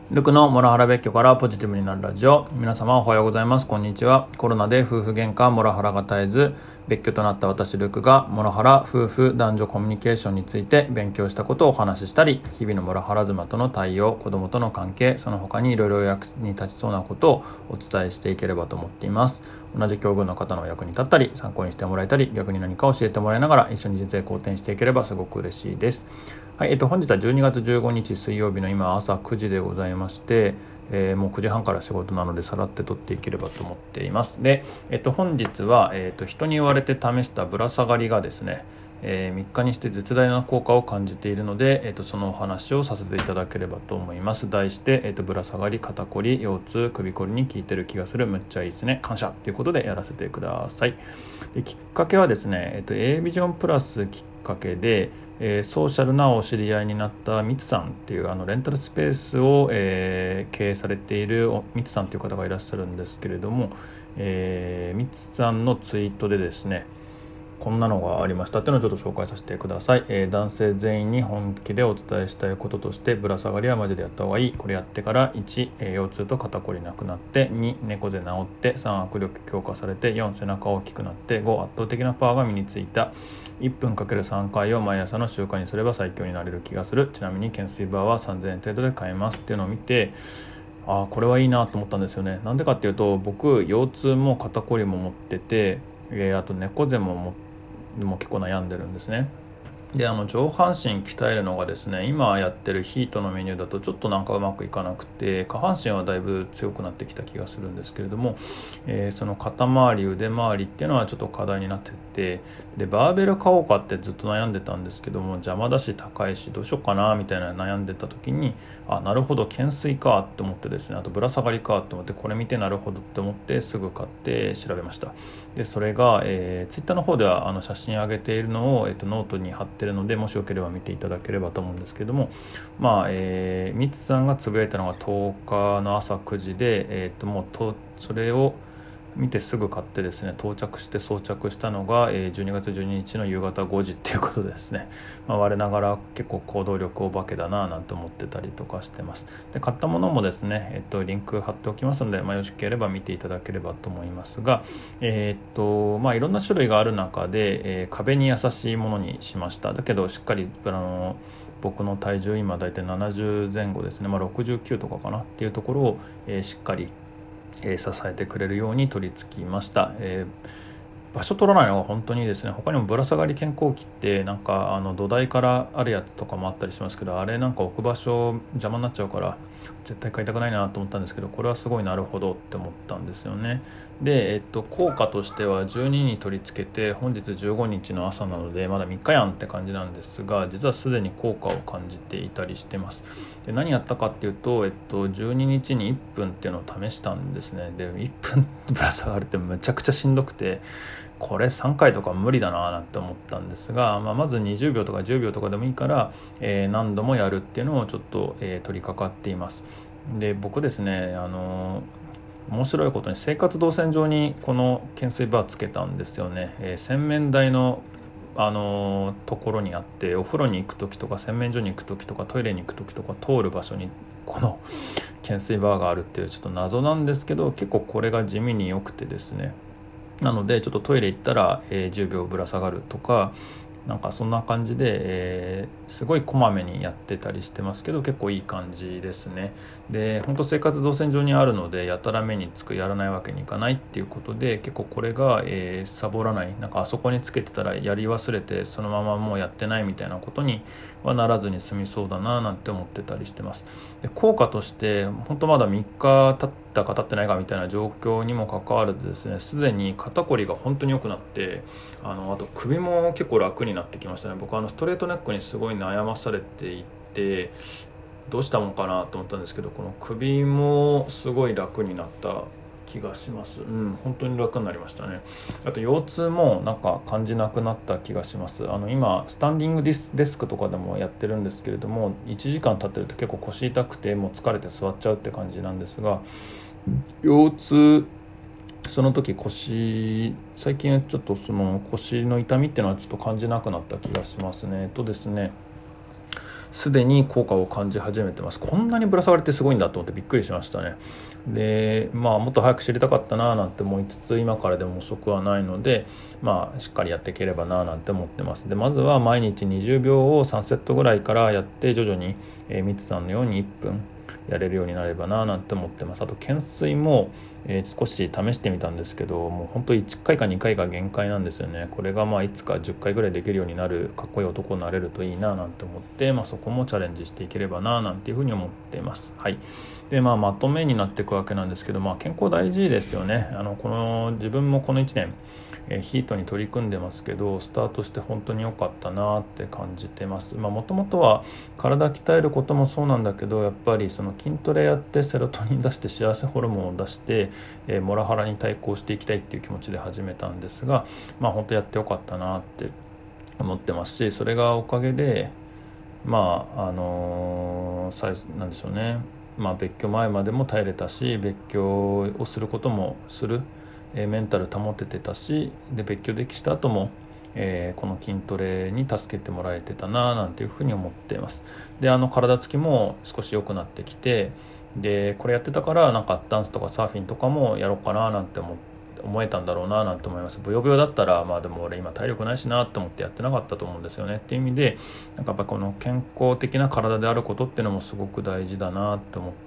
ルクのモラハラ別居からポジティブになるラジオ。皆様おはようございます。こんにちは。コロナで夫婦喧嘩、モラハラが絶えず別居となった私ルクがモラハラ、夫婦、男女コミュニケーションについて勉強したことをお話ししたり、日々のモラハラ妻との対応、子供との関係、その他にいろいろ役に立ちそうなことをお伝えしていければと思っています。同じ境遇の方の役に立ったり、参考にしてもらえたり、逆に何か教えてもらいながら一緒に人生好転していければすごく嬉しいです。はい、本日は12月15日水曜日の今朝9時でございまして、もう9時半から仕事なのでさらって撮っていければと思っています。で、本日は、人に言われて試したぶら下がりがですね、3日にして絶大な効果を感じているので、そのお話をさせていただければと思います。題して、ぶら下がり、肩こり、腰痛、首こりに効いてる気がする、むっちゃいいですね、感謝ということでやらせてください。で、きっかけはですね、A ビジョンプラスきっかけで、ソーシャルなお知り合いになったミツさんっていうレンタルスペースを、経営されているミツさんという方がいらっしゃるんですけれども、ミツさんのツイートでですね、こんなのがありましたっていうのをちょっと紹介させてください。男性全員に本気でお伝えしたいこととして、ぶら下がりはマジでやった方がいい。これやってから1、腰痛と肩こりなくなって、2、猫背治って、3、握力強化されて、4、背中大きくなって、5、圧倒的なパワーが身についた。1分 ×3 回を毎朝の習慣にすれば最強になれる気がする。ちなみに懸垂バーは3000円程度で買えますっていうのを見て、これはいいなと思ったんですよね。なんでかっていうと、僕腰痛も肩こりも持ってて、あと猫背も結構悩んでるんですね。で、上半身鍛えるのがですね、今やってるヒートのメニューだとちょっとなんかうまくいかなくて、下半身はだいぶ強くなってきた気がするんですけれども、その肩周り、腕周りっていうのはちょっと課題になってて、でバーベル買おうかってずっと悩んでたんですけども、邪魔だし高いしどうしようかなみたいな悩んでた時に、なるほど懸垂かって思ってですね、あとぶら下がりかって思って、これ見てなるほどって思ってすぐ買って調べました。でそれが、ツイッターの方では写真上げているのを、ノートに貼ってるので、もしよければ見ていただければと思うんですけども、ミツさんがつぶやいたのが10日の朝9時で、それを見てすぐ買ってですね、到着して装着したのが12月12日の夕方5時っていうことでですね、我ながら結構行動力お化けだななんて思ってたりとかしてます。で買ったものもですね、リンク貼っておきますので、よろしければ見ていただければと思いますが、いろんな種類がある中で、壁に優しいものにしました。だけどしっかり僕の体重今だいたい70前後ですね、69とかかなっていうところを、しっかり支えてくれるように取り付きました。場所取らないのが本当にいいですね。他にもぶら下がり健康器ってなんか土台からあるやつとかもあったりしますけど、あれなんか置く場所邪魔になっちゃうから絶対買いたくないなと思ったんですけど、これはすごいなるほどって思ったんですよね。で、効果としては12に取り付けて、本日15日の朝なのでまだ3日やんって感じなんですが、実はすでに効果を感じていたりしてます。で何やったかっていうと、12日に1分っていうのを試したんですね。で1分ぶら下がるってめちゃくちゃしんどくて、これ3回とか無理だななんて思ったんですが、まず20秒とか10秒とかでもいいから、何度もやるっていうのをちょっと、取り掛かっています。で僕ですね、面白いことに生活動線上にこの懸垂バーつけたんですよね。洗面台のところにあって、お風呂に行く時とか洗面所に行く時とかトイレに行く時とか通る場所にこの懸垂バーがあるっていう、ちょっと謎なんですけど、結構これが地味に良くてですね、なのでちょっとトイレ行ったら、10秒ぶら下がるとか、なんかそんな感じで、すごいこまめにやってたりしてますけど、結構いい感じですね。で本当生活動線上にあるので、やたら目につく、やらないわけにいかないっていうことで、結構これが、サボらない、なんかあそこにつけてたらやり忘れてそのままもうやってないみたいなことにはならずに済みそうだななんて思ってたりしてます。で効果として本当まだ3日経ったか経ってないかみたいな状況にもかかわらずですね、すでに肩こりが本当に良くなって、あと首も結構楽になってきましたね。僕ストレートネックにすごい悩まされていて、どうしたもんかなと思ったんですけど、この首もすごい楽になった気がします。本当に楽になりましたね。あと腰痛もなんか感じなくなった気がします。今スタンディングデスクとかでもやってるんですけれども、1時間経ってると結構腰痛くてもう疲れて座っちゃうって感じなんですが、腰痛、その時最近ちょっとその腰の痛みっていうのはちょっと感じなくなった気がしますね。ですね、 すでに効果を感じ始めてます。こんなにぶら下がりってすごいんだと思ってびっくりしましたね。でもっと早く知りたかったななんて思いつつ、今からでも遅くはないので、しっかりやっていければななんて思ってます。でまずは毎日20秒を3セットぐらいからやって、徐々にミツさんのように1分やれるようになればななんて思ってます。あと懸垂も、少し試してみたんですけど、もう本当1回か2回が限界なんですよね。これがいつか10回ぐらいできるようになるかっこいい男になれるといいななんて思って、そこもチャレンジしていければななんていうふうに思っています。はい。でまとめになっていくわけなんですけど、健康大事ですよね。自分もこの1年ヒートに取り組んでますけど、スタートして本当に良かったなって感じてます。もともとは体鍛えることもそうなんだけど、やっぱりその筋トレやってセロトニン出して幸せホルモンを出して、モラハラに対抗していきたいっていう気持ちで始めたんですが、本当やって良かったなって思ってますし、それがおかげでなんでしょうね、別居前までも耐えれたし、別居をすることもするメンタル保ててたし、で別居できした後も、この筋トレに助けてもらえてたななんていうふうに思っています。で体つきも少し良くなってきて、でこれやってたからダンスとかサーフィンとかもやろうかななんて思えたんだろうななんて思います。ブヨブヨだったらでも俺今体力ないしなと思ってやってなかったと思うんですよね。っていう意味でやっぱこの健康的な体であることっていうのもすごく大事だなと思って、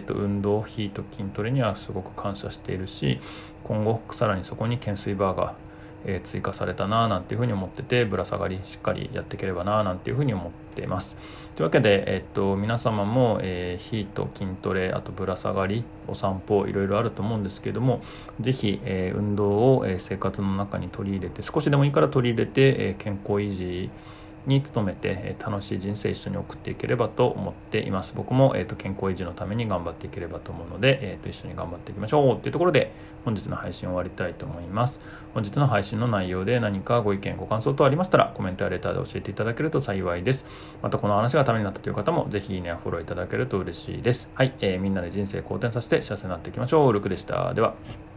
運動ヒート筋トレにはすごく感謝しているし、今後さらにそこに懸垂バーが追加されたななんていうふうに思ってて、ぶら下がりしっかりやっていければななんていうふうに思っています。というわけで、皆様も、ヒート、筋トレ、あとぶら下がり、お散歩いろいろあると思うんですけども、ぜひ、運動を、生活の中に取り入れて、少しでもいいから取り入れて、健康維持に努めて楽しい人生一緒に送っていければと思っています。僕も、健康維持のために頑張っていければと思うので、一緒に頑張っていきましょうというところで、本日の配信を終わりたいと思います。本日の配信の内容で何かご意見ご感想等ありましたら、コメントやレターで教えていただけると幸いです。またこの話がためになったという方もぜひいいねやフォローいただけると嬉しいです。はい、みんなで人生好転させて幸せになっていきましょう。ルクでした。では。